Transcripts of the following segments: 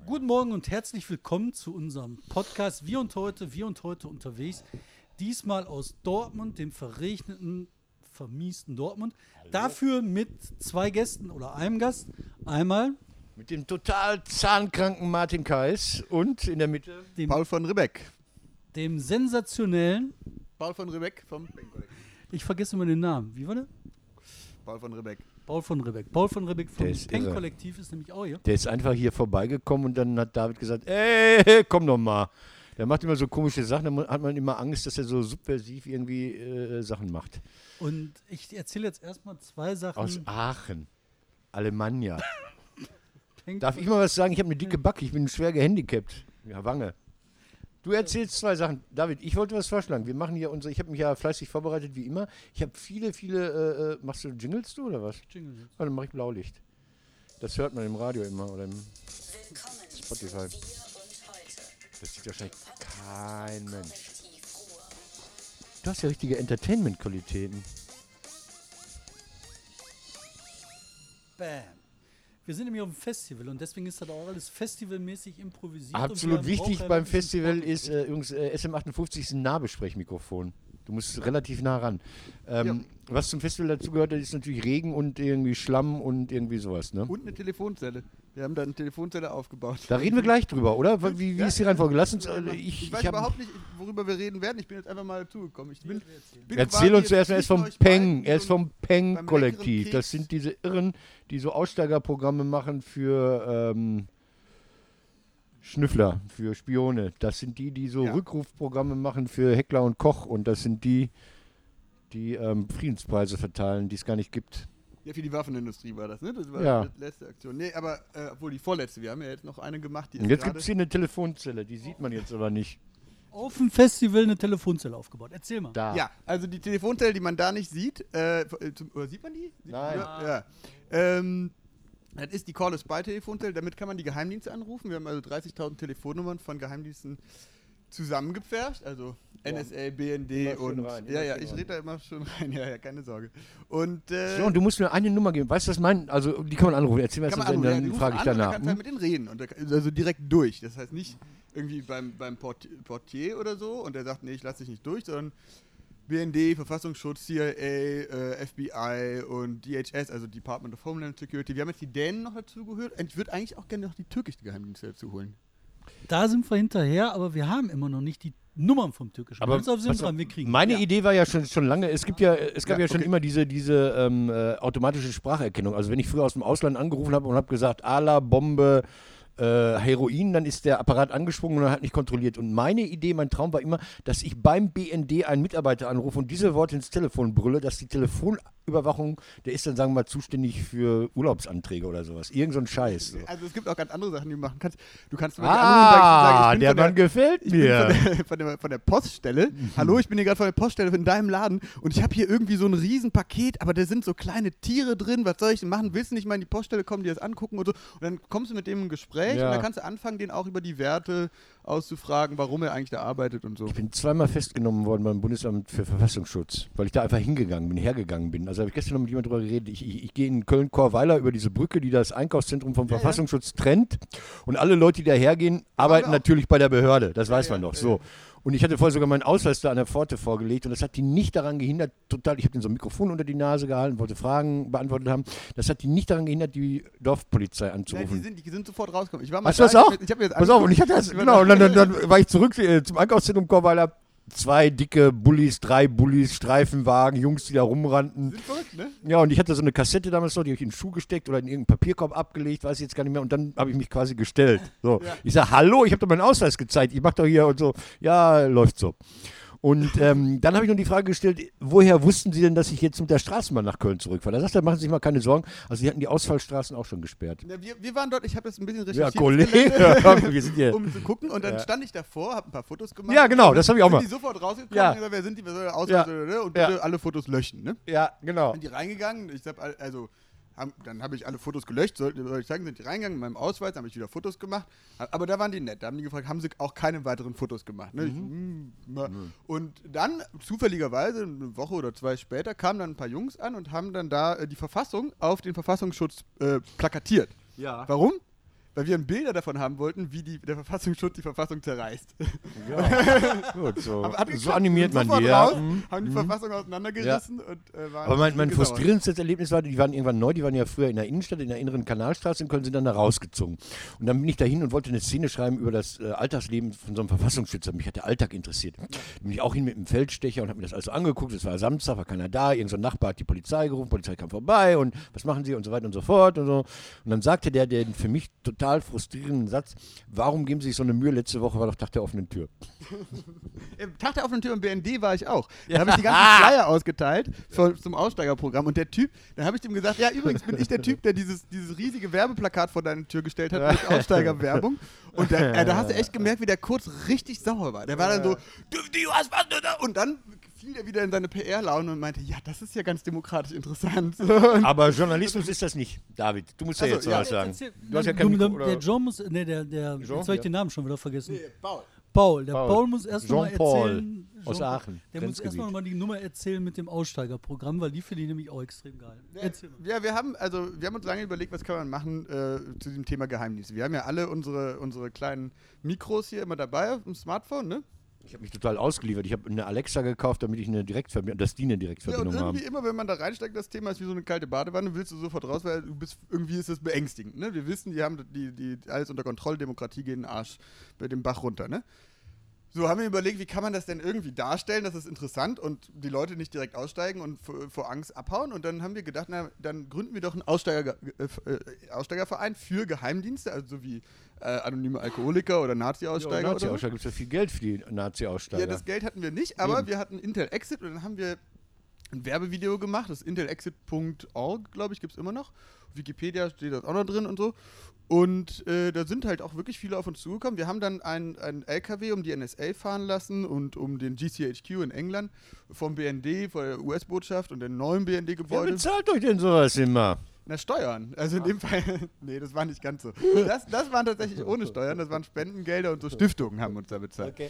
Guten Morgen und herzlich willkommen zu unserem Podcast Wir und heute unterwegs. Diesmal aus Dortmund, dem verregneten, vermiesten Dortmund. Hallo. Dafür mit zwei Gästen oder einem Gast. Einmal mit dem total zahnkranken Martin Kais und in der Mitte Paul von Ribbeck. Dem sensationellen Paul von Ribbeck vom PEN-Kollektiv. Ich vergesse immer den Namen. Wie war der? Paul von Ribbeck. Paul von Ribbeck vom PEN-Kollektiv ist nämlich auch hier. Der ist einfach hier vorbeigekommen und dann hat David gesagt, ey, komm doch mal. Der macht immer so komische Sachen, da hat man immer Angst, dass er so subversiv irgendwie Sachen macht. Und ich erzähle jetzt erstmal zwei Sachen. Aus Aachen, Alemannia. Darf ich mal was sagen? Ich habe eine dicke Backe, ich bin schwer gehandicapt. Ja, Wange. Du erzählst zwei Sachen. David, ich wollte was vorschlagen. Wir machen hier ich habe mich ja fleißig vorbereitet, wie immer. Ich habe viele, machst du Jingles oder was? Jingles. Oh, dann mache ich Blaulicht. Das hört man im Radio immer oder im Spotify. Das sieht wahrscheinlich kein Mensch. Du hast ja richtige Entertainment-Qualitäten. Bam. Wir sind nämlich auf dem Festival und deswegen ist das auch alles festivalmäßig improvisiert. Absolut wichtig beim Festival ist übrigens SM58 ist ein Nahbesprechmikrofon. Du musst relativ nah ran. Was zum Festival dazu gehört, das ist natürlich Regen und irgendwie Schlamm und irgendwie sowas. Ne? Und eine Telefonzelle. Wir haben da eine Telefonzelle aufgebaut. Da reden wir gleich drüber, oder? Wie ist die Reihenfolge? Lass uns. Ich weiß überhaupt nicht, worüber wir reden werden. Ich bin jetzt einfach mal dazugekommen. Erzähl uns zuerst mal, er ist vom PEN-Kollektiv. Das sind diese Irren, die so Aussteigerprogramme machen für Schnüffler, für Spione. Das sind die so Rückrufprogramme machen für Heckler und Koch. Und das sind die Friedenspreise verteilen, die es gar nicht gibt. Ja, für die Waffenindustrie war das, ne? Das war die letzte Aktion. Nee, aber obwohl die vorletzte. Wir haben ja jetzt noch eine gemacht. Und jetzt gibt es hier eine Telefonzelle, die sieht man jetzt aber nicht. Auf dem Festival eine Telefonzelle aufgebaut. Erzähl mal. Da. Ja, also die Telefonzelle, die man da nicht sieht, oder sieht man die? Nein. Ja. Das ist die Call-a-Spy-Telefonzelle. Damit kann man die Geheimdienste anrufen. Wir haben also 30.000 Telefonnummern von Geheimdiensten zusammengepfercht, also NSA, BND und ich rede da immer schon rein, ja, keine Sorge. Und so, und du musst mir eine Nummer geben, weißt du, was meinen? Also die kann man anrufen, erzähl mir das, dann frage ich danach. Du kannst halt mit denen reden, also direkt durch, das heißt nicht irgendwie beim Portier oder so und der sagt, nee, ich lasse dich nicht durch, sondern BND, Verfassungsschutz, CIA, FBI und DHS, also Department of Homeland Security. Wir haben jetzt die Dänen noch dazu gehört und ich würde eigentlich auch gerne noch die türkischen Geheimdienste dazu holen. Da sind wir hinterher, aber wir haben immer noch nicht die Nummern vom türkischen. Aber wir kriegen. Meine Idee war ja schon lange, es gab ja schon immer diese automatische Spracherkennung. Also wenn ich früher aus dem Ausland angerufen habe und habe gesagt, Allah, Bombe, Heroin, dann ist der Apparat angesprungen und hat nicht kontrolliert. Und meine Idee, mein Traum war immer, dass ich beim BND einen Mitarbeiter anrufe und diese Worte ins Telefon brülle, dass die Telefonüberwachung, der ist dann, sagen wir mal, zuständig für Urlaubsanträge oder sowas. Irgend so ein Scheiß. So. Also es gibt auch ganz andere Sachen, die du machen kannst. Du kannst der Mann gefällt mir. Von der Poststelle. Hallo, ich bin hier gerade von der Poststelle in deinem Laden und ich habe hier irgendwie so ein Riesenpaket, aber da sind so kleine Tiere drin. Was soll ich denn machen? Willst du nicht mal in die Poststelle kommen, die das angucken und so? Und dann kommst du mit dem im Gespräch und dann kannst du anfangen, den auch über die Werte auszufragen, warum er eigentlich da arbeitet und so. Ich bin zweimal festgenommen worden beim Bundesamt für Verfassungsschutz, weil ich da einfach hergegangen bin. Also habe ich gestern noch mit jemandem drüber geredet. Ich gehe in Köln-Chorweiler über diese Brücke, die das Einkaufszentrum vom Verfassungsschutz trennt. Und alle Leute, die da hergehen, arbeiten natürlich bei der Behörde. Das weiß man doch. So. Und ich hatte vorher sogar meinen Ausweis da an der Pforte vorgelegt und das hat die nicht daran gehindert, ich habe den so ein Mikrofon unter die Nase gehalten, wollte Fragen beantwortet haben. Das hat die nicht daran gehindert, die Dorfpolizei anzurufen. Nein, die sind sofort rausgekommen. Ich war mal Hast du das auch? Pass auf, und ich hatte das, genau, und dann war ich zurück zum Einkaufszentrum Chorweiler. 2 dicke Bullis, 3 Bullis, Streifenwagen, Jungs, die da rumrannten. Sind verrückt, ne? Ja, und ich hatte so eine Kassette damals noch, die habe ich in den Schuh gesteckt oder in irgendeinen Papierkorb abgelegt, weiß ich jetzt gar nicht mehr. Und dann habe ich mich quasi gestellt. So. Ja. Ich sage, hallo, ich habe doch meinen Ausweis gezeigt, ich mache doch hier und so. Ja, läuft so. Und dann habe ich noch die Frage gestellt, woher wussten Sie denn, dass ich jetzt mit der Straßenbahn nach Köln zurückfahre? Da sagt er, machen Sie sich mal keine Sorgen. Also die hatten die Ausfallstraßen auch schon gesperrt. Ja, wir waren dort, ich habe das ein bisschen recherchiert. Ja, Kollege, wir sind hier. Um zu gucken und dann stand ich davor, habe ein paar Fotos gemacht. Ja, genau, das habe ich auch mal. Sind die sofort rausgekommen und gesagt, wer sind die, wer soll der Ausweis und bitte alle Fotos löschen, ne? Ja, genau. Sind die reingegangen, ich habe also dann habe ich alle Fotos gelöscht, soll ich sagen, sind die reingegangen mit meinem Ausweis, dann habe ich wieder Fotos gemacht. Aber da waren die nett, da haben die gefragt, haben sie auch keine weiteren Fotos gemacht. Ne? Und dann, zufälligerweise, eine Woche oder 2 später, kamen dann ein paar Jungs an und haben dann da die Verfassung auf den Verfassungsschutz plakatiert. Ja. Warum? weil wir Bilder davon haben wollten, wie der Verfassungsschutz die Verfassung zerreißt. Ja, gut, so So animiert man die, raus, haben die Verfassung auseinandergerissen und waren Aber mein sauer. frustrierendstes Erlebnis war, die waren irgendwann neu, die waren ja früher in der Innenstadt, in der inneren Kanalstraße in Köln, sind dann da rausgezogen. Und dann bin ich dahin und wollte eine Szene schreiben über das Alltagsleben von so einem Verfassungsschützer. Mich hat der Alltag interessiert. Da bin ich auch hin mit einem Feldstecher und habe mir das alles angeguckt. Es war Samstag, war keiner da. Irgend so ein Nachbar hat die Polizei gerufen, Polizei kam vorbei und was machen sie und so weiter und so fort und so. Und dann sagte der den für mich total frustrierenden Satz, warum geben Sie sich so eine Mühe? Letzte Woche war doch Tag der offenen Tür. Im Tag der offenen Tür im BND war ich auch. Da habe ich die ganzen Flyer ausgeteilt zum Aussteigerprogramm. Und der Typ, da habe ich dem gesagt, ja, übrigens bin ich der Typ, der dieses riesige Werbeplakat vor deine Tür gestellt hat mit Aussteigerwerbung. Und da hast du echt gemerkt, wie der Kurz richtig sauer war. Der war dann so, was du da? Und dann fiel er wieder in seine PR-Laune und meinte, ja, das ist ja ganz demokratisch interessant. Aber Journalismus ist das nicht, David. Du musst ja jetzt was sagen. Du hast ja kein Mikro, oder? Der John muss, Jean? jetzt habe ich den Namen schon wieder vergessen. Paul. Paul muss erst noch mal Jean-Paul erzählen. aus Aachen. Der muss erst mal die Nummer erzählen mit dem Aussteigerprogramm, weil die finde ich nämlich auch extrem geil. Erzähl mal. Ja, wir haben uns lange überlegt, was kann man machen zu diesem Thema Geheimdienste. Wir haben ja alle unsere kleinen Mikros hier immer dabei auf dem Smartphone, ne? Ich habe mich total ausgeliefert. Ich habe eine Alexa gekauft, damit ich eine Direktverbindung, dass die eine Ja, und Direktverbindung haben. irgendwie immer, wenn man da reinsteigt, das Thema ist wie so eine kalte Badewanne, willst du sofort raus, weil irgendwie ist es beängstigend. Ne? Wir wissen, die haben die alles unter Kontrolle, Demokratie geht in den Arsch, bei dem Bach runter. Ne? So haben wir überlegt, wie kann man das denn irgendwie darstellen, das ist interessant und die Leute nicht direkt aussteigen und vor Angst abhauen. Und dann haben wir gedacht, na, dann gründen wir doch einen Aussteigerverein für Geheimdienste, also so wie anonyme Alkoholiker oder Nazi-Aussteiger. Nazi-Aussteiger, gibt es ja viel Geld für die Nazi-Aussteiger. Ja, das Geld hatten wir nicht, aber wir hatten Intel Exit und dann haben wir ein Werbevideo gemacht, das ist intelexit.org, glaube ich, gibt es immer noch. Wikipedia steht das auch noch drin und so. Und da sind halt auch wirklich viele auf uns zugekommen. Wir haben dann einen LKW um die NSA fahren lassen und um den GCHQ in England vom BND, von der US-Botschaft und dem neuen BND-Gebäude. Wer bezahlt euch denn sowas immer? Na, Steuern. Also in dem Fall, nee, das war nicht ganz so. Das waren tatsächlich ohne Steuern, das waren Spendengelder und so Stiftungen haben uns da bezahlt. Okay.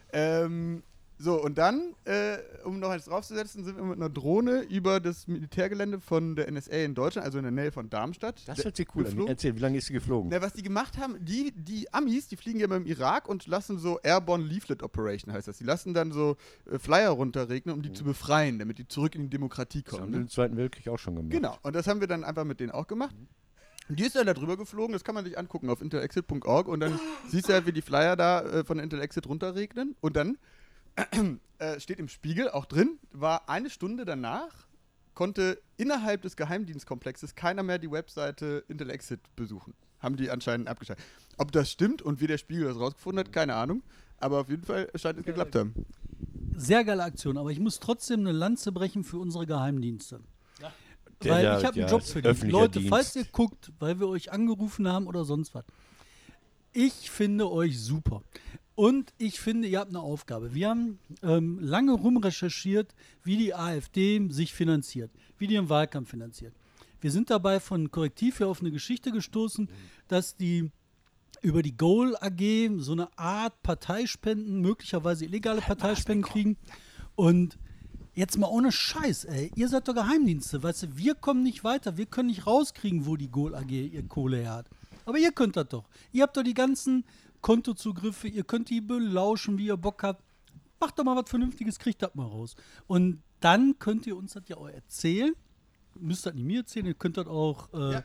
So, und dann, um noch eins draufzusetzen, sind wir mit einer Drohne über das Militärgelände von der NSA in Deutschland, also in der Nähe von Darmstadt. Das hört sich cool an. Erzähl, wie lange ist sie geflogen? Na, was die gemacht haben, die Amis, die fliegen ja immer im Irak und lassen so Airborne Leaflet Operation, heißt das. Die lassen dann so Flyer runterregnen, um die zu befreien, damit die zurück in die Demokratie Das kommen. haben wir im Zweiten Weltkrieg auch schon gemacht. Genau, und das haben wir dann einfach mit denen auch gemacht. Und die ist dann da drüber geflogen, das kann man sich angucken auf intelexit.org und dann siehst du halt, wie die Flyer da von Intelexit runterregnen und dann steht im Spiegel auch drin, war eine Stunde danach, konnte innerhalb des Geheimdienstkomplexes keiner mehr die Webseite Intelexit besuchen. Haben die anscheinend abgeschaltet. Ob das stimmt und wie der Spiegel das rausgefunden hat, keine Ahnung. Aber auf jeden Fall scheint es geklappt haben. Sehr geile Aktion, aber ich muss trotzdem eine Lanze brechen für unsere Geheimdienste. Der Weil da- ich habe einen ja, Job ist für die. öffentlicher Leute, Dienst. falls ihr guckt, weil wir euch angerufen haben oder sonst was. Ich finde euch super. Und ich finde, ihr habt eine Aufgabe. Wir haben lange rumrecherchiert, wie die AfD sich finanziert, wie die ihren Wahlkampf finanziert. Wir sind dabei von Korrektiv her auf eine Geschichte gestoßen, dass die über die Goal AG so eine Art Parteispenden, möglicherweise illegale Parteispenden kriegen. Und jetzt mal ohne Scheiß, ey. Ihr seid doch Geheimdienste, weißt du, wir kommen nicht weiter, wir können nicht rauskriegen, wo die Goal AG ihr Kohle her hat. Aber ihr könnt das doch. Ihr habt doch die ganzen Kontozugriffe, ihr könnt die belauschen, wie ihr Bock habt. Macht doch mal was Vernünftiges, kriegt das mal raus. Und dann könnt ihr uns das ja auch erzählen. Müsst das nicht mir erzählen, ihr könnt das auch... Ja,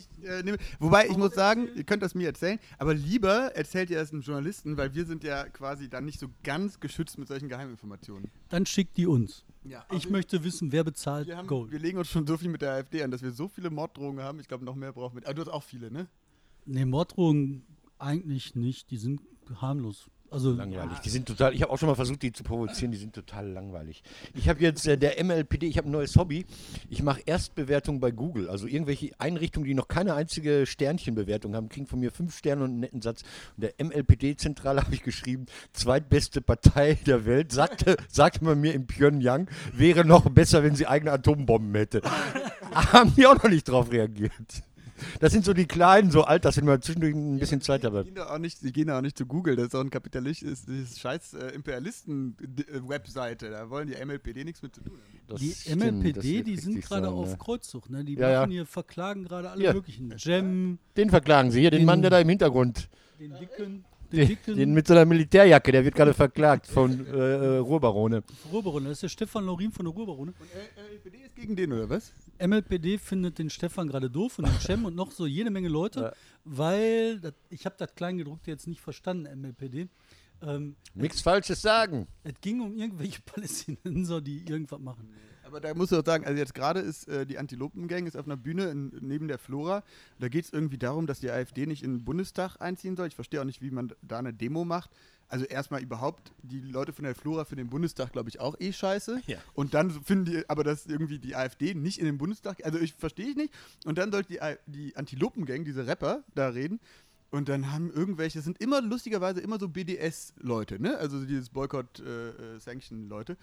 wobei, ich muss sagen, ihr könnt das mir erzählen, aber lieber erzählt ihr es einem Journalisten, weil wir sind ja quasi dann nicht so ganz geschützt mit solchen Geheiminformationen. Dann schickt die uns. Ja, Ich möchte wissen, wer bezahlt wir legen uns schon so viel mit der AfD an, dass wir so viele Morddrohungen haben. Ich glaube, noch mehr brauchen wir. Aber du hast auch viele, ne? Ne, Morddrohungen eigentlich nicht, die sind harmlos. Also Langweilig. Die sind total, ich habe auch schon mal versucht, die zu provozieren, die sind total langweilig. Ich habe jetzt der MLPD, ich habe ein neues Hobby. Ich mache Erstbewertungen bei Google. Also irgendwelche Einrichtungen, die noch keine einzige Sternchenbewertung haben, kriegen von mir 5 Sterne und einen netten Satz. Und der MLPD-Zentrale habe ich geschrieben, zweitbeste Partei der Welt, sagte man mir in Pyongyang, wäre noch besser, wenn sie eigene Atombomben hätte. Haben die auch noch nicht drauf reagiert. Das sind so die kleinen, so alt, dass ich mal zwischendurch ein bisschen Zeit habe. Die gehen auch nicht zu Google, das ist auch ein kapitalistisches scheiß Imperialisten-Webseite, da wollen die MLPD nichts mit zu tun haben. Die MLPD, die sind gerade auf Kreuzzug, ne? Die machen hier, verklagen gerade alle möglichen. Cem. Den verklagen sie hier, den Mann, der da im Hintergrund. Den dicken. Den mit so einer Militärjacke, der wird gerade verklagt von Ruhrbarone. Ruhrbarone, das ist der Stefan Laurin von der Ruhrbarone. Und MLPD ist gegen den, oder was? MLPD findet den Stefan gerade doof und den Cem und noch so jede Menge Leute, weil, ich habe das Kleingedruckte jetzt nicht verstanden, MLPD. Nichts Falsches sagen. Es ging um irgendwelche Palästinenser, die irgendwas machen. Aber da musst du auch sagen, also jetzt gerade ist die Antilopen-Gang ist auf einer Bühne neben der Flora. Da geht es irgendwie darum, dass die AfD nicht in den Bundestag einziehen soll. Ich verstehe auch nicht, wie man da eine Demo macht. Also erstmal überhaupt, die Leute von der Flora für den Bundestag, glaube ich, auch scheiße. Ja. Und dann finden die, aber dass irgendwie die AfD nicht in den Bundestag, also verstehe ich nicht. Und dann sollte die Antilopen-Gang, diese Rapper, da reden. Und dann haben irgendwelche, das sind immer lustigerweise immer so BDS-Leute, ne? Also dieses Boycott-Sanction-Leute.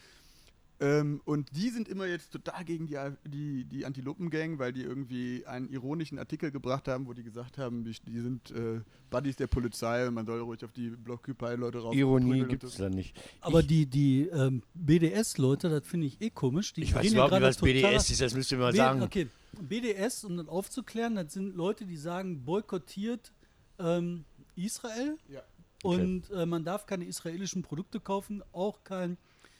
Und die sind immer jetzt total gegen die Antilopen-Gang, weil die irgendwie einen ironischen Artikel gebracht haben, wo die gesagt haben, die sind Buddies der Polizei und man soll ruhig auf die Blockupy-Leute rauf. Ironie gibt es da nicht. Aber die BDS-Leute, das finde ich komisch. Ich weiß überhaupt nicht, was BDS ist, das müsst ihr mal sagen. Okay, BDS, um das aufzuklären, das sind Leute, die sagen, boykottiert Israel und man darf keine israelischen Produkte kaufen, auch kein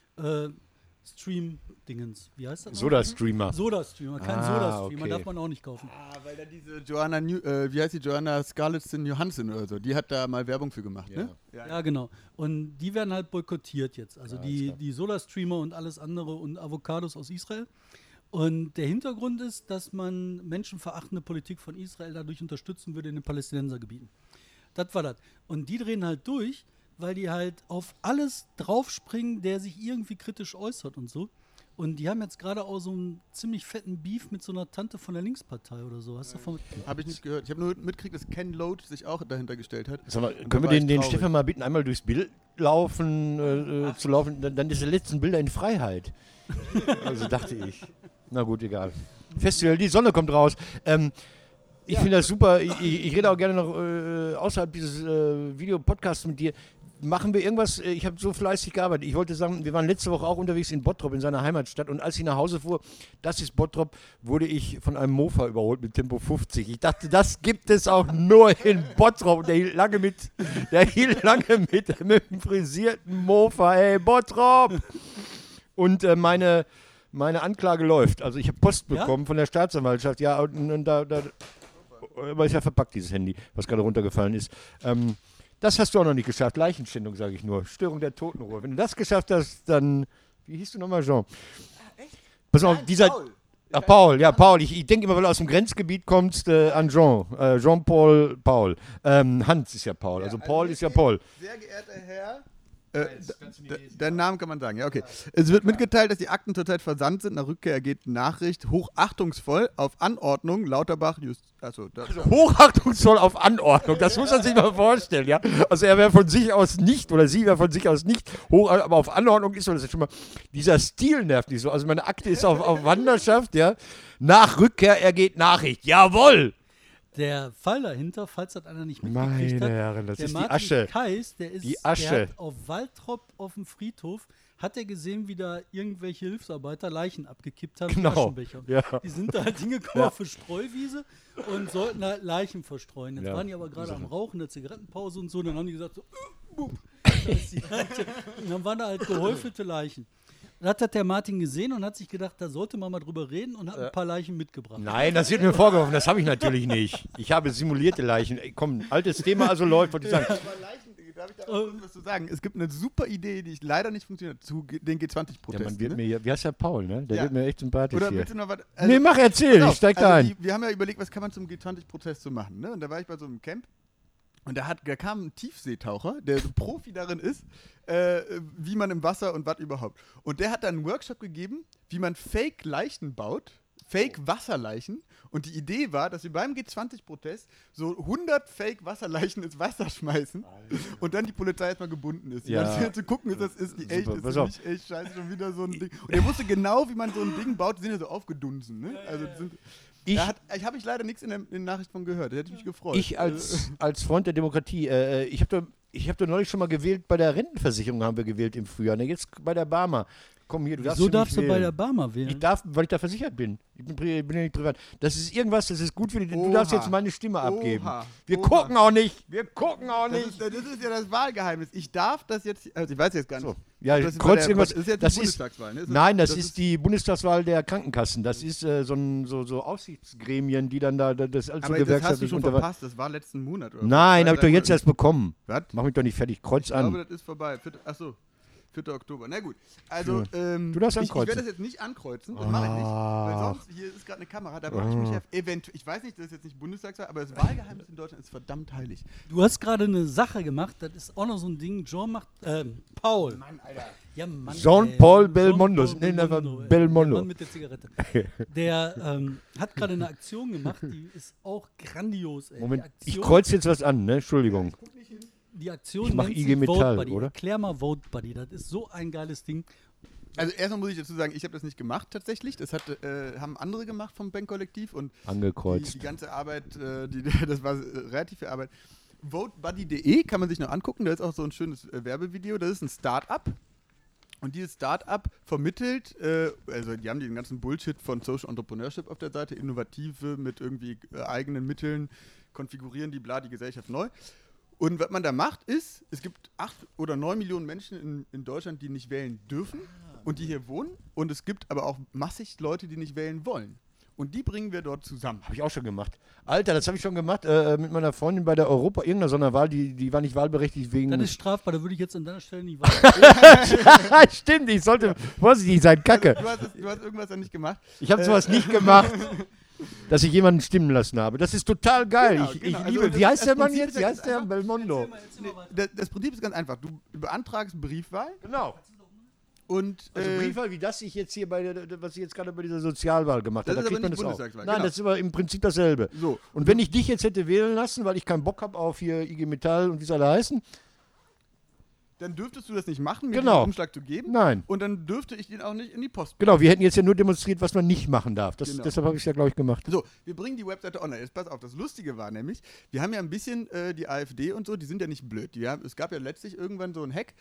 Stream-Dingens. Wie heißt das? Soda-Streamer. Soda-Streamer, kein Soda-Streamer, darf man auch nicht kaufen. Weil da diese Joanna Scarlett Johansson oder so, die hat da mal Werbung für gemacht, ne? Ja, genau. Und die werden halt boykottiert jetzt. Also die Soda-Streamer und alles andere und Avocados aus Israel. Und der Hintergrund ist, dass man menschenverachtende Politik von Israel dadurch unterstützen würde in den Palästinensergebieten. Das war das. Und die drehen halt durch, weil die halt auf alles draufspringen, der sich irgendwie kritisch äußert und so. Und die haben jetzt gerade auch so einen ziemlich fetten Beef mit so einer Tante von der Linkspartei oder so. Hast du davon mitgekriegt? Habe ich nicht gehört. Ich habe nur mitgekriegt, dass Ken Loach sich auch dahinter gestellt hat. Sag mal, können wir den Stefan mal bitten, einmal durchs Bild zu laufen? Dann ist der letzten Bilder in Freiheit. Also dachte ich. Na gut, egal. Festival, die Sonne kommt raus. Ich finde das super. Ich rede auch gerne noch außerhalb dieses Videopodcasts mit dir. Machen wir irgendwas? Ich habe so fleißig gearbeitet. Ich wollte sagen, wir waren letzte Woche auch unterwegs in Bottrop, in seiner Heimatstadt. Und als ich nach Hause fuhr, das ist Bottrop, wurde ich von einem Mofa überholt mit Tempo 50. Ich dachte, das gibt es auch nur in Bottrop. Und der hielt lange mit einem frisierten Mofa. Hey, Bottrop! Und meine Anklage läuft. Also ich habe Post bekommen von der Staatsanwaltschaft. Ja, und da aber ist ja verpackt, dieses Handy, was gerade runtergefallen ist. Das hast du auch noch nicht geschafft. Leichenschändung, sage ich nur. Störung der Totenruhe. Wenn du das geschafft hast, dann... Wie hieß du nochmal, Jean? Echt? Pass auf, dieser... Paul. Ach, Paul, ja, Paul. Ich denke immer, weil du aus dem Grenzgebiet kommst, an Jean. Jean-Paul, Paul. Hans ist ja Paul. Also Paul ist ja Paul. Sehr geehrter Herr... den Namen kann man sagen, ja, okay. Es wird mitgeteilt, dass die Akten zurzeit versandt sind. Nach Rückkehr ergeht Nachricht hochachtungsvoll auf Anordnung Lauterbach. Hochachtungsvoll auf Anordnung, das muss man sich mal vorstellen, ja. Also er wäre von sich aus nicht, oder sie wäre von sich aus nicht hoch, aber auf Anordnung ist so, das ist schon mal, dieser Stil nervt nicht so. Also meine Akte ist auf Wanderschaft, ja. Nach Rückkehr ergeht Nachricht, jawohl! Der Fall dahinter, falls das einer nicht mitgekriegt hat, Herren, das der ist Martin die Asche. Kais, der hat auf Waltrop auf dem Friedhof, hat er gesehen, wie da irgendwelche Hilfsarbeiter Leichen abgekippt haben. Genau. Aschenbecher. Ja. Die sind da halt hingekommen auf eine Streuwiese und sollten halt Leichen verstreuen. Jetzt waren die aber gerade am Rauchen, der Zigarettenpause und so, dann haben die gesagt, so, und dann waren da halt gehäufete Leichen. Dann hat das der Martin gesehen und hat sich gedacht, da sollte man mal drüber reden und hat ein paar Leichen mitgebracht. Nein, das wird mir vorgeworfen, das habe ich natürlich nicht. Ich habe simulierte Leichen. Ey, komm, altes Thema, also läuft, wollte ich sagen. Aber Leichen, darf ich da was zu sagen? Es gibt eine super Idee, die leider nicht funktioniert, zu den G20-Protesten. Ja, man wird mir hier, wie heißt der Paul, ne? Der wird mir echt sympathisch Oder hier. willst du noch was? Nee, mach, erzähl, ich steig da ein. Wir haben ja überlegt, was kann man zum G20-Protest so machen, ne? Und da war ich bei so einem Camp. Und da kam ein Tiefseetaucher, der so Profi darin ist, wie man im Wasser und was überhaupt. Und der hat dann einen Workshop gegeben, wie man Fake-Leichen baut, Fake-Wasserleichen. Und die Idee war, dass wir beim G20-Protest so 100 Fake-Wasserleichen ins Wasser schmeißen und dann die Polizei erstmal gebunden ist. Ja. Zu gucken, ist die echt, Super. ist nicht echt scheiße, schon wieder so ein Ding. Und er wusste genau, wie man so ein Ding baut, die sind ja so aufgedunsen. Ne? Also Da habe ich leider nichts in der Nachricht von gehört. Da hätte ich mich gefreut. Ich als Freund der Demokratie, ich habe da neulich schon mal gewählt, bei der Rentenversicherung haben wir gewählt im Frühjahr. Ne? Jetzt bei der Barmer. Komm hier, Wieso darfst du bei der Barmer wählen? Ich darf, weil ich da versichert bin. Ich bin ja nicht privat. Das ist irgendwas, das ist gut für dich. Du darfst jetzt meine Stimme abgeben. Wir gucken auch nicht. Das ist ja das Wahlgeheimnis. Ich darf das jetzt, also ich weiß jetzt gar nicht. So. Ja, das kreuz irgendwas. Das ist jetzt die Bundestagswahl, ne? Nein, das ist die Bundestagswahl der Krankenkassen. Das ist so Aufsichtsgremien, die dann da das alles so gewerkschaftlich. Das hast du schon verpasst. Das war letzten Monat, oder? Nein, habe ich doch jetzt erst bekommen. Was? Mach mich doch nicht fertig. Kreuz an. Ich glaube, das ist vorbei. Achso. 4. Oktober. Na gut. Also, du darfst ankreuzen. Ich werde das jetzt nicht ankreuzen. Das mache ich nicht. Weil sonst, hier ist gerade eine Kamera, da mache ich mich eventuell. Ich weiß nicht, das ist jetzt nicht Bundestagswahl, aber das Wahlgeheimnis in Deutschland ist verdammt heilig. Du hast gerade eine Sache gemacht, das ist auch noch so ein Ding. Paul. Mann, Alter. Ja, Mann. Jean-Paul Belmondo. Nennen wir Belmondo. Der Mann mit der Zigarette. Der hat gerade eine Aktion gemacht, die ist auch grandios. Ey. Moment, ich kreuze jetzt was an, ne? Entschuldigung. Die Aktion ich mach nennt IG sich Vote Metall, Buddy. oder? Erklär mal Vote Buddy, das ist so ein geiles Ding. Also erstmal muss ich dazu sagen, ich habe das nicht gemacht tatsächlich. Das haben andere gemacht vom Bank-Kollektiv und angekreuzt. Die ganze Arbeit, das war relativ viel Arbeit. Votebuddy.de kann man sich noch angucken, da ist auch so ein schönes Werbevideo. Das ist ein Start-up. Und dieses Start-up vermittelt, also die haben den ganzen Bullshit von Social Entrepreneurship auf der Seite, Innovative mit irgendwie eigenen Mitteln, konfigurieren die Gesellschaft neu. Und was man da macht ist, es gibt 8 oder 9 Millionen Menschen in Deutschland, die nicht wählen dürfen und die hier wohnen. Und es gibt aber auch massig Leute, die nicht wählen wollen. Und die bringen wir dort zusammen. Habe ich auch schon gemacht. Alter, das habe ich schon gemacht mit meiner Freundin bei der irgendeiner Sonderwahl, die war nicht wahlberechtigt wegen... Das ist strafbar, da würde ich jetzt an deiner Stelle nicht wählen. Stimmt, ich sollte vorsichtig sein, Kacke. Also, du hast irgendwas da nicht gemacht. Ich habe sowas nicht gemacht. Dass ich jemanden stimmen lassen habe. Das ist total geil. Genau, ich also liebe. Wie heißt der Mann jetzt? Wie heißt der? Belmondo. Das Prinzip ist ganz einfach. Du beantragst Briefwahl. Genau. Und, also Briefwahl, wie das ich jetzt hier was ich jetzt gerade bei dieser Sozialwahl gemacht habe. Das da ist aber nicht man das Bundestagswahl. auch. Nein, das ist aber im Prinzip dasselbe. So. Und wenn ich dich jetzt hätte wählen lassen, weil ich keinen Bock habe auf hier IG Metall und wie soll er heißen, dann dürftest du das nicht machen, mir genau. den Umschlag zu geben. Nein. Und dann dürfte ich den auch nicht in die Post bringen. Genau, wir hätten jetzt ja nur demonstriert, was man nicht machen darf. Genau. Deshalb habe ich es ja, glaube ich, gemacht. So, wir bringen die Webseite online. Jetzt pass auf, das Lustige war nämlich, wir haben ja ein bisschen die AfD und so, die sind ja nicht blöd. Es gab ja letztlich irgendwann so einen Hack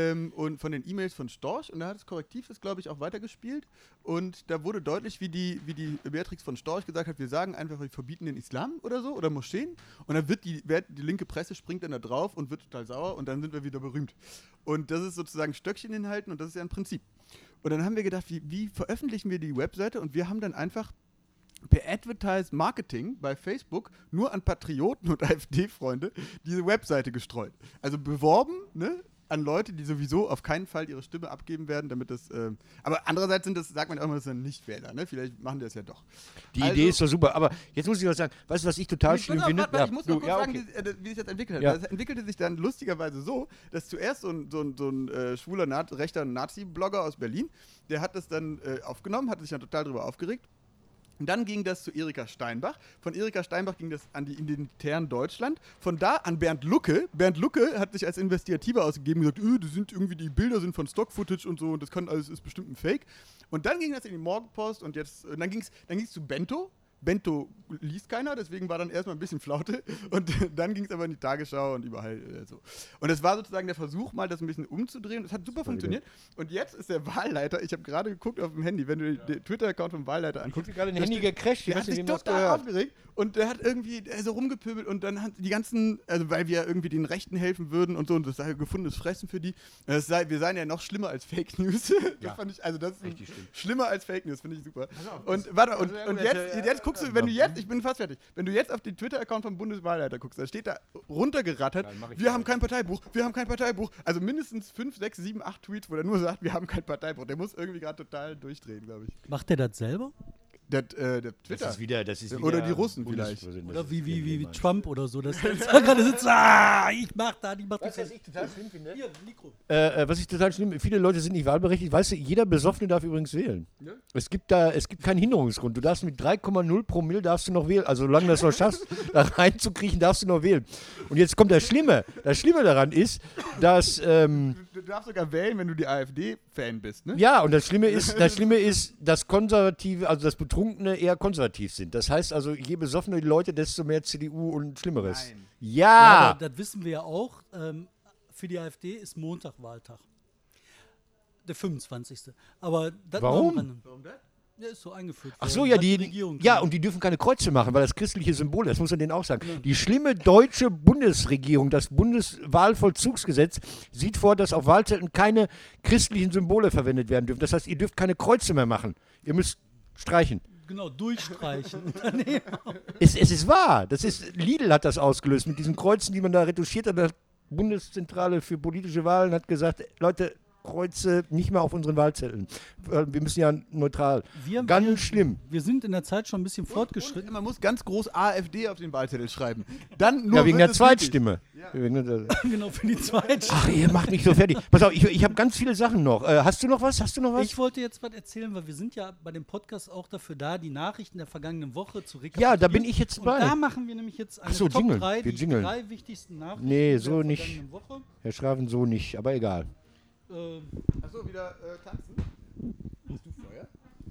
und von den E-Mails von Storch und da hat das Korrektiv das, glaube ich, auch weitergespielt. Und da wurde deutlich, wie die Beatrix von Storch gesagt hat, wir sagen einfach, wir verbieten den Islam oder so oder Moscheen. Und dann wird die linke Presse springt dann da drauf und wird total sauer und dann sind wir wieder berühmt. Und das ist sozusagen Stöckchen hinhalten und das ist ja ein Prinzip. Und dann haben wir gedacht, wie veröffentlichen wir die Webseite? Und wir haben dann einfach per Advertise Marketing bei Facebook nur an Patrioten und AfD-Freunde diese Webseite gestreut. Also beworben, ne? An Leute, die sowieso auf keinen Fall ihre Stimme abgeben werden, damit das. Aber andererseits sagt man auch immer, das sind Nichtwähler, ne? Vielleicht machen die das ja doch. Die Idee ist doch super, aber jetzt muss ich was sagen. Weißt du, was ich total schlimm finde? Ich muss noch kurz sagen, wie sich das entwickelt hat. Ja. Das entwickelte sich dann lustigerweise so, dass zuerst so ein schwuler, rechter Nazi-Blogger aus Berlin, der hat das dann aufgenommen, hat sich dann total darüber aufgeregt. Und dann ging das zu Erika Steinbach. Von Erika Steinbach ging das an die Identitären Deutschland. Von da an Bernd Lucke. Bernd Lucke hat sich als Investigativer ausgegeben und gesagt, das sind irgendwie die Bilder sind von Stock-Footage und so und das kann alles ist bestimmt ein Fake. Und dann ging das in die Morgenpost und dann ging's zu Bento. Bento liest keiner, deswegen war dann erstmal ein bisschen Flaute und dann ging es aber in die Tagesschau und überall so. Und es war sozusagen der Versuch, mal das ein bisschen umzudrehen. Es hat super funktioniert. Und jetzt ist der Wahlleiter, ich habe gerade geguckt auf dem Handy, wenn du den Twitter-Account vom Wahlleiter anguckst. Ich habe gerade ein Handy gecrasht. Der hat sich total aufgeregt und der hat irgendwie so rumgepöbelt und dann hat die ganzen, also weil wir irgendwie den Rechten helfen würden und so und das sei gefundenes Fressen für die. Wir seien ja noch schlimmer als Fake News. Das fand ich, also das ist schlimmer als Fake News, finde ich super. Und warte, und jetzt guckst du, ich bin fast fertig, wenn du jetzt auf den Twitter-Account vom Bundeswahlleiter guckst, da steht da runtergerattert, wir haben kein Parteibuch, also mindestens 5, 6, 7, 8 Tweets, wo er nur sagt, wir haben kein Parteibuch. Der muss irgendwie gerade total durchdrehen, glaube ich. Macht der das selber? Der Twitter. Das ist wieder oder die Russen vielleicht. Oder wie Trump oder so. Dass der gerade sitzt, ich mach das. Was ich total schlimm finde? Hier, Mikro. Was ich total schlimm finde, viele Leute sind nicht wahlberechtigt. Weißt du, jeder Besoffene darf übrigens wählen. Ja? Es gibt keinen Hinderungsgrund. Du darfst mit 3,0 Promille darfst du noch wählen. Also solange du das noch schaffst, da reinzukriechen, darfst du noch wählen. Und jetzt kommt das Schlimme. Das Schlimme daran ist, dass... Du darfst sogar wählen, wenn du die AfD Fan bist, ne? Ja, und das Schlimme ist, dass Konservative, also dass Betrunkene eher konservativ sind. Das heißt also, je besoffener die Leute, desto mehr CDU und Schlimmeres. Nein. Ja! aber das wissen wir ja auch. Für die AfD ist Montag Wahltag. Der 25. Aber das Warum? Warum das? Der ist so eingeführt. Ach so, worden, ja, hat Regierung ja, gemacht. und die dürfen keine Kreuze machen, weil das christliche Symbol, das muss man denen auch sagen. Die schlimme deutsche Bundesregierung, das Bundeswahlvollzugsgesetz, sieht vor, dass auf Wahlzetteln keine christlichen Symbole verwendet werden dürfen. Das heißt, ihr dürft keine Kreuze mehr machen. Ihr müsst streichen. Genau, durchstreichen. Es ist wahr. Lidl hat das ausgelöst mit diesen Kreuzen, die man da retuschiert hat. Die Bundeszentrale für politische Wahlen hat gesagt, Leute, Kreuze nicht mehr auf unseren Wahlzetteln. Wir müssen ja neutral. Ganz schlimm. Wir sind in der Zeit schon ein bisschen fortgeschritten. Und man muss ganz groß AfD auf den Wahlzettel schreiben. Dann nur Ja, wegen wird der es Zweitstimme. Ja. Genau, für die zweite. Ach, ihr macht mich so fertig. Pass auf, ich habe ganz viele Sachen noch. Hast du noch was? Ich wollte jetzt was erzählen, weil wir sind ja bei dem Podcast auch dafür da, die Nachrichten der vergangenen Woche zu rekapitulieren. Ja, da bin ich jetzt Und bei. da machen wir nämlich jetzt eine Ach so, Top Jingle. 3, Wir die jingeln. 3 wichtigsten Nachrichten Nee, der so nicht. vergangenen Woche. Herr Schraven, so nicht, aber egal. Achso, wieder tanzen? Hast du Feuer?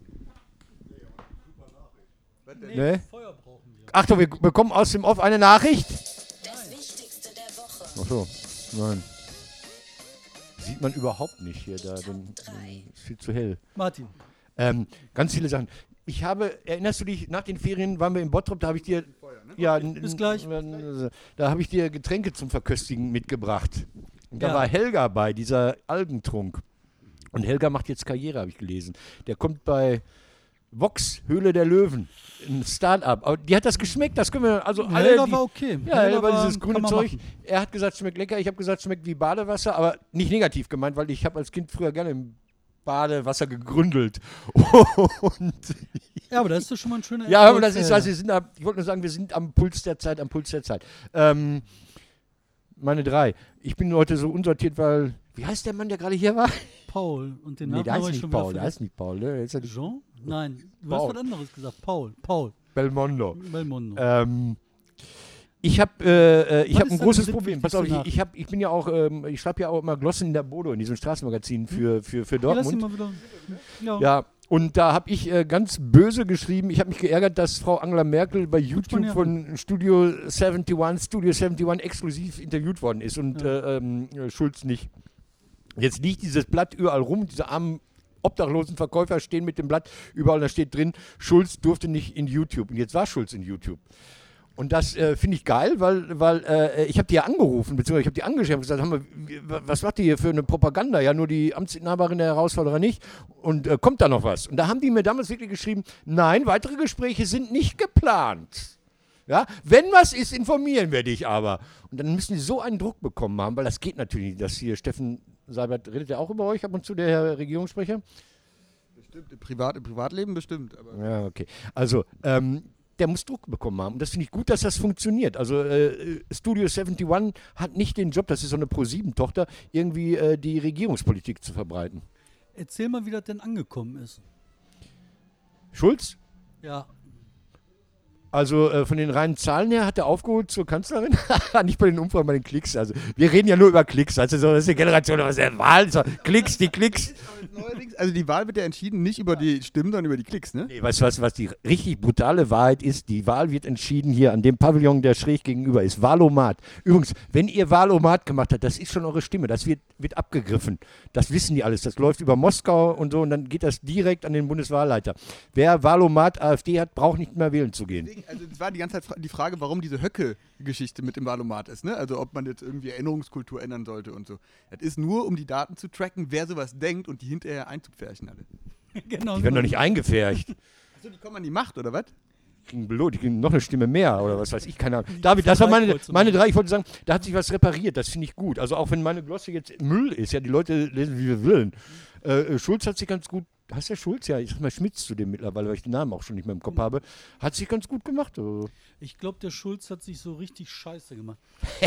Was denn? Nee. Feuer brauchen wir. Achtung, wir bekommen aus dem Off eine Nachricht. Das Wichtigste der Woche. Ach so, nein. Sieht man überhaupt nicht hier, da ist viel zu hell. Martin, Ganz viele Sachen. Erinnerst du dich, nach den Ferien waren wir in Bottrop, da habe ich dir, ja, Bis gleich. Da habe ich dir Getränke zum Verköstigen mitgebracht. Und da Ja. war Helga bei, dieser Algentrunk. Und Helga macht jetzt Karriere, habe ich gelesen. Der kommt bei Vox, Höhle der Löwen, ein Start-up. Aber die hat das geschmeckt, das können wir, also alle, Helga die, war okay. ja, Helga war dieses kann grüne man Zeug. machen. Er hat gesagt, schmeckt lecker. Ich habe gesagt, schmeckt wie Badewasser, aber nicht negativ gemeint, weil ich habe als Kind früher gerne im Badewasser gegründelt. Und Ja, aber das ist doch schon mal ein schöner ja, aber das Erfolg ist für was, Helga. ich wollte nur sagen, wir sind am Puls der Zeit, meine 3. Ich bin heute so unsortiert, weil, wie heißt der Mann, der gerade hier war? Paul. Und den Nee, der Nachnamen heißt hab ich nicht schon wieder Paul, der heißt vergessen. nicht Paul, ne? Der ist ja Jean? Nein, du Paul. hast was anderes gesagt. Paul. Belmondo. Belmondo. Ich habe Was ist ein deine großes Problem. Pass auf, drittwichtigste ich bin ja auch, ich schreibe ja auch immer Glossen in der Bodo, in diesem Straßenmagazin für Ja, lass ihn Dortmund. mal wieder. Ja. Ja, und da habe ich ganz böse geschrieben, ich habe mich geärgert, dass Frau Angela Merkel bei YouTube ja. von Studio 71 exklusiv interviewt worden ist und Schulz nicht. Jetzt liegt dieses Blatt überall rum, diese armen obdachlosen Verkäufer stehen mit dem Blatt überall, da steht drin, Schulz durfte nicht in YouTube. Und jetzt war Schulz in YouTube. Und das finde ich geil, weil ich habe die ja angerufen, beziehungsweise ich habe die angeschrieben und gesagt, was macht ihr hier für eine Propaganda? Ja, nur die Amtsinhaberin der Herausforderer nicht. Und kommt da noch was? Und da haben die mir damals wirklich geschrieben, nein, weitere Gespräche sind nicht geplant. Ja, wenn was ist, informieren wir dich aber. Und dann müssen die so einen Druck bekommen haben, weil das geht natürlich nicht, dass hier Steffen Seibert, redet ja auch über euch ab und zu, der Herr Regierungssprecher? Bestimmt, im Privatleben bestimmt. Aber Ja, okay. Also, der muss Druck bekommen haben. Und das finde ich gut, dass das funktioniert. Also Studio 71 hat nicht den Job, das ist so eine Pro7-Tochter, irgendwie die Regierungspolitik zu verbreiten. Erzähl mal, wie das denn angekommen ist. Schulz? Ja. Also von den reinen Zahlen her hat er aufgeholt zur Kanzlerin. Nicht bei den Umfragen, bei den Klicks. Also wir reden ja nur über Klicks. Also so, das ist eine Generation, was der Wahl, so, Klicks, die Klicks. neuerdings, also die Wahl wird ja entschieden nicht über die Stimmen, sondern über die Klicks, ne? Nee, weißt du was die richtig brutale Wahrheit ist? Die Wahl wird entschieden hier an dem Pavillon, der schräg gegenüber ist. Wahlomat. Übrigens, wenn ihr Wahlomat gemacht habt, das ist schon eure Stimme. Das wird abgegriffen. Das wissen die alles. Das läuft über Moskau und so und dann geht das direkt an den Bundeswahlleiter. Wer Wahlomat AfD hat, braucht nicht mehr wählen zu gehen. Also es war die ganze Zeit die Frage, warum diese Höcke-Geschichte mit dem Wahlomat ist, ne? Also ob man jetzt irgendwie Erinnerungskultur ändern sollte und so. Das ist nur, um die Daten zu tracken, wer sowas denkt und die hinterher einzupferchen alle. Genau. Die werden doch nicht eingefärcht. Achso, die kommen an die Macht, oder was? Die kriegen noch eine Stimme mehr oder was weiß ich, keine Ahnung. David, das war meine 3. Ich wollte sagen, da hat sich was repariert, das finde ich gut. Also auch wenn meine Glosse jetzt Müll ist, ja, die Leute lesen, wie wir wollen. Schulz hat sich ganz gut, heißt der Schulz? Ja, ich sag mal Schmitz zu dem mittlerweile, weil ich den Namen auch schon nicht mehr im Kopf habe. Hat sich ganz gut gemacht. Also. Ich glaube, der Schulz hat sich so richtig scheiße gemacht.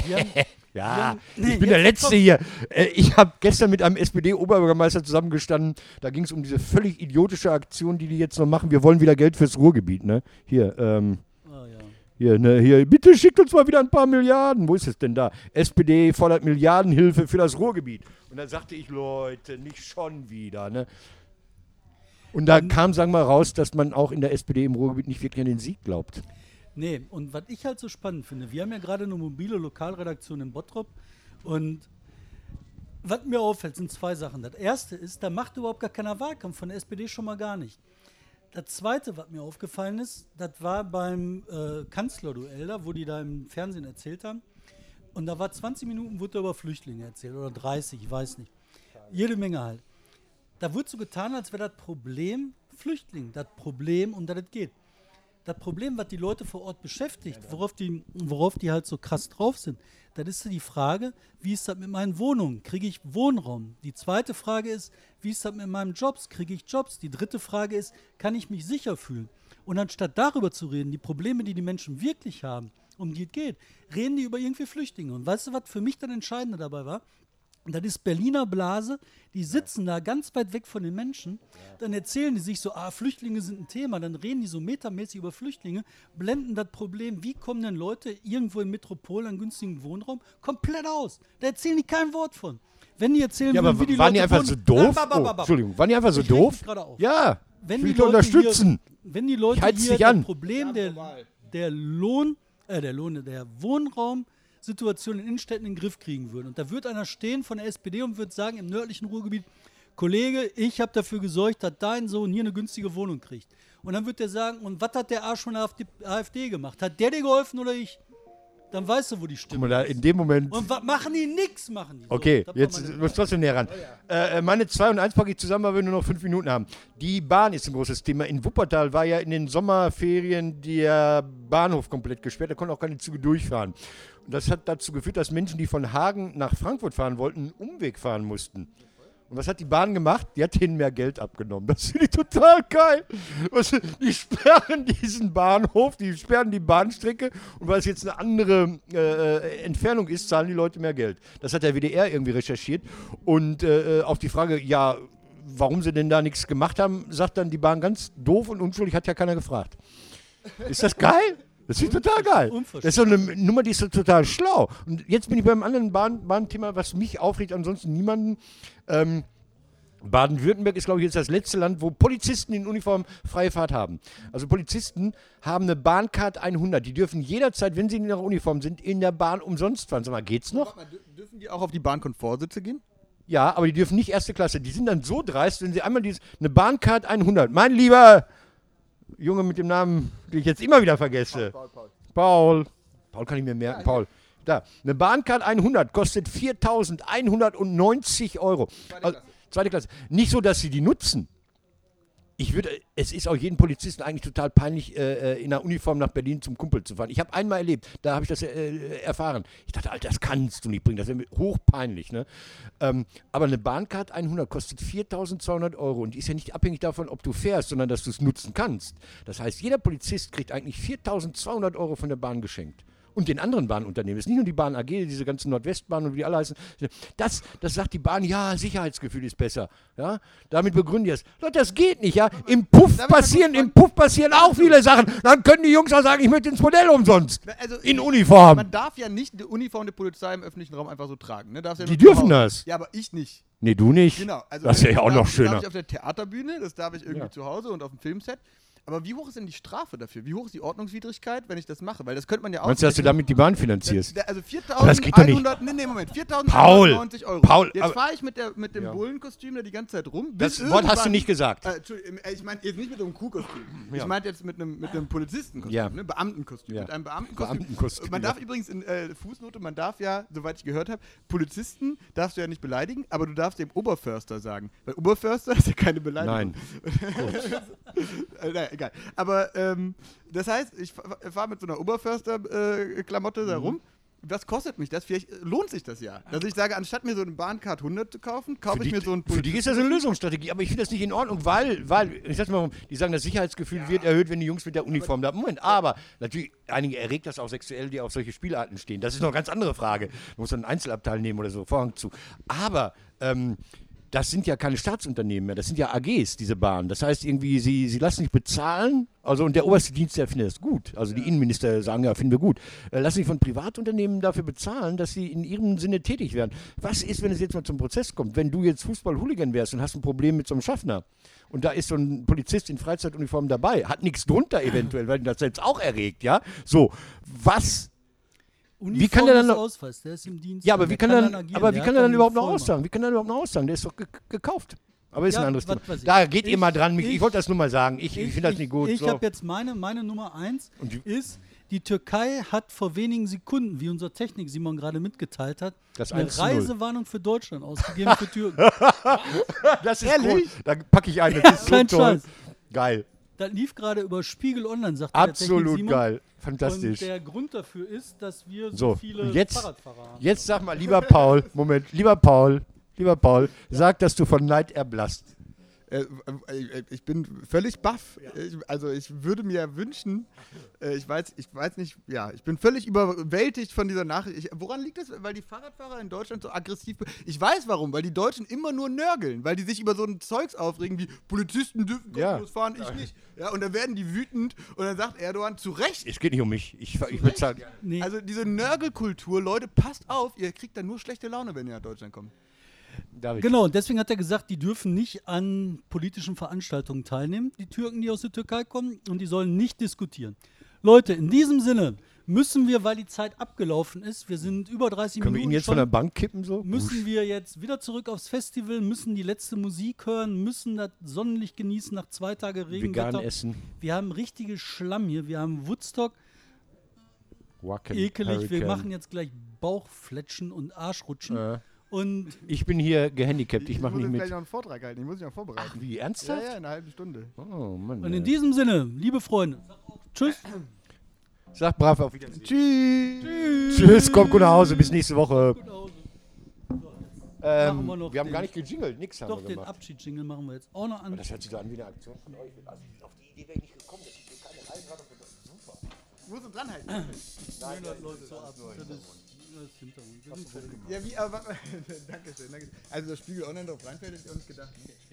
Ja, Nee, ich bin der jetzt Letzte hier. Ich habe gestern mit einem SPD-Oberbürgermeister zusammengestanden. Da ging es um diese völlig idiotische Aktion, die jetzt noch machen. Wir wollen wieder Geld fürs Ruhrgebiet, ne? Hier, Ah, ja. Hier, bitte schickt uns mal wieder ein paar Milliarden. Wo ist es denn da? SPD fordert Milliardenhilfe für das Ruhrgebiet. Und dann sagte ich, Leute, nicht schon wieder. Ne? Und da kam, sagen wir mal, raus, dass man auch in der SPD im Ruhrgebiet nicht wirklich an den Sieg glaubt. Nee, und was ich halt so spannend finde, wir haben ja gerade eine mobile Lokalredaktion in Bottrop und was mir auffällt, sind zwei Sachen. Das erste ist, da macht überhaupt gar keiner Wahlkampf von der SPD schon mal gar nicht. Das zweite, was mir aufgefallen ist, das war beim Kanzlerduell da, wo die da im Fernsehen erzählt haben. Und da war 20 Minuten, wurde da über Flüchtlinge erzählt, oder 30, ich weiß nicht. Jede Menge halt. Da wurde so getan, als wäre das Problem Flüchtling, das Problem, um das es geht. Das Problem, was die Leute vor Ort beschäftigt, worauf die halt so krass drauf sind, das ist die Frage, wie ist das mit meinen Wohnungen? Kriege ich Wohnraum? Die zweite Frage ist, wie ist das mit meinen Jobs? Kriege ich Jobs? Die dritte Frage ist, kann ich mich sicher fühlen? Und anstatt darüber zu reden, die Probleme, die die Menschen wirklich haben, um die es geht, reden die über irgendwie Flüchtlinge. Und weißt du, was für mich dann Entscheidende dabei war? Das ist Berliner Blase, die sitzen da ganz weit weg von den Menschen, dann erzählen die sich so, Flüchtlinge sind ein Thema, dann reden die so metamäßig über Flüchtlinge, blenden das Problem, wie kommen denn Leute irgendwo in Metropol an günstigen Wohnraum, komplett aus. Da erzählen die kein Wort von. Wenn die erzählen, Ja, aber wie die waren Leute die einfach so doof? Entschuldigung, waren die einfach so Ich reg doof? mich gerade auf. Ja, Wenn ich will die dich Leute unterstützen. Wenn die Leute Ich heiz hier dich an. das Problem der Wohnraumsituation in Innenstädten in den Griff kriegen würden. Und da wird einer stehen von der SPD und wird sagen, im nördlichen Ruhrgebiet, Kollege, ich habe dafür gesorgt, dass dein Sohn hier eine günstige Wohnung kriegt. Und dann wird der sagen, und was hat der Arsch von der AfD gemacht? Hat der dir geholfen oder ich? Dann weißt du, wo die Guck Stimme mal, da ist. in dem Moment. Und was machen die? Nix machen die. So, Okay, das war jetzt meine- muss trotzdem näher ran. Meine 2 und 1 packe ich zusammen, weil wir nur noch 5 Minuten haben. Die Bahn ist ein großes Thema. In Wuppertal war ja in den Sommerferien der Bahnhof komplett gesperrt, da konnten auch keine Züge durchfahren. Und das hat dazu geführt, dass Menschen, die von Hagen nach Frankfurt fahren wollten, einen Umweg fahren mussten. Und was hat die Bahn gemacht? Die hat denen mehr Geld abgenommen. Das finde ich total geil. Die sperren diesen Bahnhof, die sperren die Bahnstrecke und weil es jetzt eine andere Entfernung ist, zahlen die Leute mehr Geld. Das hat der WDR irgendwie recherchiert. Und auf die Frage, ja, warum sie denn da nichts gemacht haben, sagt dann die Bahn ganz doof und unschuldig, hat ja keiner gefragt. Ist das geil? Das ist total geil. Das ist so eine Nummer, die ist so total schlau. Und jetzt bin ich beim anderen Bahnthema, was mich aufregt, ansonsten niemanden. Baden-Württemberg ist, glaube ich, jetzt das letzte Land, wo Polizisten in Uniform freie Fahrt haben. Also Polizisten haben eine Bahncard 100. Die dürfen jederzeit, wenn sie in ihrer Uniform sind, in der Bahn umsonst fahren. Sag mal, geht's noch? Dürfen die auch auf die Bahnkomfortsitze gehen? Ja, aber die dürfen nicht erste Klasse. Die sind dann so dreist, wenn sie einmal eine Bahncard 100. Mein lieber Junge mit dem Namen, den ich jetzt immer wieder vergesse. Paul kann ich mir merken. Paul. Da, eine Bahncard 100 kostet 4.190 Euro. Zweite Klasse. Nicht so, dass sie die nutzen. Es ist auch jedem Polizisten eigentlich total peinlich, in einer Uniform nach Berlin zum Kumpel zu fahren. Ich habe einmal erlebt, da habe ich das erfahren. Ich dachte, Alter, das kannst du nicht bringen, das ist hochpeinlich. Ne? Aber eine Bahncard 100 kostet 4.200 Euro und die ist ja nicht abhängig davon, ob du fährst, sondern dass du es nutzen kannst. Das heißt, jeder Polizist kriegt eigentlich 4.200 Euro von der Bahn geschenkt. Und den anderen Bahnunternehmen. Es ist nicht nur die Bahn AG, diese ganzen Nordwestbahnen und wie die alle heißen. Das sagt die Bahn, ja, Sicherheitsgefühl ist besser. Ja? Damit begründen die es. Leute, das geht nicht, ja. Im Puff passieren auch viele Sachen. Dann können die Jungs auch sagen, ich möchte ins Modell umsonst. Also, in Uniform. Man darf ja nicht die Uniform der Polizei im öffentlichen Raum einfach so tragen. Ne? Darf's ja Die nur dürfen zu Hause. das. Ja, aber ich nicht. Nee, du nicht. Genau. Also das ist ja auch noch Das schöner. darf ich auf der Theaterbühne, das darf ich irgendwie zu Hause und auf dem Filmset. Aber wie hoch ist denn die Strafe dafür? Wie hoch ist die Ordnungswidrigkeit, wenn ich das mache? Weil das könnte man ja auch. Meinst du, dass du damit die Bahn finanzierst? Also das geht doch nicht. 4.100, nee, Moment, 4.190 Euro. Paul, jetzt fahre ich mit dem Bullenkostüm da die ganze Zeit rum. Das Wort hast du nicht gesagt. Entschuldigung, ich meine jetzt nicht mit so einem Kuhkostüm. Ja. Ich meinte jetzt mit einem Polizistenkostüm, Ja. ne? Beamtenkostüm. Ja. Mit einem Beamtenkostüm. Beamtenkostüm, Man ja. darf übrigens in Fußnote, man darf ja, soweit ich gehört habe, Polizisten darfst du ja nicht beleidigen, aber du darfst dem Oberförster sagen. Weil Oberförster ist ja keine Beleidigung. Nein. Naja, egal. Aber das heißt, ich fahre mit so einer Oberförster-Klamotte da rum. Was kostet mich das? Vielleicht lohnt sich das ja. Dass ich sage, anstatt mir so eine Bahncard 100 zu kaufen, kaufe ich mir so einen Für die ist das eine Lösungsstrategie, aber ich finde das nicht in Ordnung, weil ich sag's mal, die sagen, das Sicherheitsgefühl wird erhöht, wenn die Jungs mit der Uniform da. Moment, aber natürlich, einige erregt das auch sexuell, die auf solche Spielarten stehen. Das ist noch eine ganz andere Frage. Du musst einen Einzelabteil nehmen oder so, Vorhang zu. Aber das sind ja keine Staatsunternehmen mehr, das sind ja AGs, diese Bahnen. Das heißt irgendwie, sie lassen sich bezahlen, also und der oberste Dienst, der findet das gut. Also die Innenminister sagen, ja, finden wir gut. Lassen sich von Privatunternehmen dafür bezahlen, dass sie in ihrem Sinne tätig werden. Was ist, wenn es jetzt mal zum Prozess kommt? Wenn du jetzt Fußball-Hooligan wärst und hast ein Problem mit so einem Schaffner und da ist so ein Polizist in Freizeituniform dabei, hat nichts drunter eventuell, weil ihn das selbst auch erregt, ja? So, was... Wie kann der dann noch Ausweis, der ist im Dienst. Ja, aber wie kann er dann, agieren, aber wie der kann hat er dann überhaupt noch Vollmacht. aussagen? Wie kann er überhaupt noch aussagen? Der ist doch gekauft. Aber ist Ja, ein anderes was Thema. weiß ich. Da geht ihr Ich- mal dran. Ich ich- wollte das nur mal sagen. Ich finde das nicht gut. Ich so. habe jetzt meine Nummer 1 Und die- ist, die Türkei hat vor wenigen Sekunden, wie unser Technik Simon gerade mitgeteilt hat, Das eine 1:0. Reisewarnung für Deutschland ausgegeben für Türken. Das ist Ehrlich? cool. Da packe ich ein. Das ist so Kein toll. Scheiß. Geil. Das lief gerade über Spiegel Online, sagte der Technik Absolut Simon. geil. Und Fantastisch. der Grund dafür ist, dass wir so So, viele und jetzt- Fahrradfahrer haben. Jetzt sag mal, lieber Paul, Moment, lieber Paul, sag, dass du von Neid erblasst. Ich bin völlig baff. Ich würde mir wünschen, ich weiß nicht, ja, ich bin völlig überwältigt von dieser Nachricht. Woran liegt das? Weil die Fahrradfahrer in Deutschland so aggressiv. Ich weiß warum, weil die Deutschen immer nur nörgeln, weil die sich über so ein Zeugs aufregen wie Polizisten dürfen Ja. kostenlos fahren, ich nicht. Ja, und dann werden die wütend und dann sagt Erdogan zu Recht. Es geht nicht um mich. Ich bezahle gerne. Nee. Also diese Nörgelkultur, Leute, passt auf, ihr kriegt dann nur schlechte Laune, wenn ihr nach Deutschland kommt. David. Genau, und deswegen hat er gesagt, die dürfen nicht an politischen Veranstaltungen teilnehmen, die Türken, die aus der Türkei kommen, und die sollen nicht diskutieren. Leute, in diesem Sinne müssen wir, weil die Zeit abgelaufen ist, wir sind über 30 Können wir Minuten ihn jetzt schon, von der Bank kippen so? müssen wir jetzt wieder zurück aufs Festival, müssen die letzte Musik hören, müssen das Sonnenlicht genießen nach 2 Tagen Vegan Regenwetter. essen. Wir haben richtige Schlamm hier, wir haben Woodstock, Wacken, ekelig, wir Hurricane. machen jetzt gleich Bauchfletschen und Arschrutschen. Und Ich bin hier gehandicapt, ich mache muss nicht jetzt mit. gleich noch einen Vortrag halten, ich muss mich noch vorbereiten. Wie, Ja, ernsthaft? ja, in einer halben Stunde. Oh Mann. in diesem Sinne, liebe Freunde, tschüss. Sag brav auf Wiedersehen. Tschüss. Tschüss, kommt gut nach Hause, bis nächste Woche. Machen wir noch Wir haben den- gar nicht gejingelt, nix haben Doch, wir den gemacht. Abschiedsjingle machen wir jetzt auch noch an. Das hört sich so an wie eine Aktion von euch. Also auf die Idee wäre ich nicht gekommen, dass ich hier keine Reisewarnung für das ist super. Ich muss uns dranhalten. Nein, das läuft so ab. Das ist Hintergrund. Wir sind fertig. Ja, wie, aber Dankeschön, Dankeschön. Also das Spiegel Online drauf reinfällt, hätte ich auch nicht gedacht.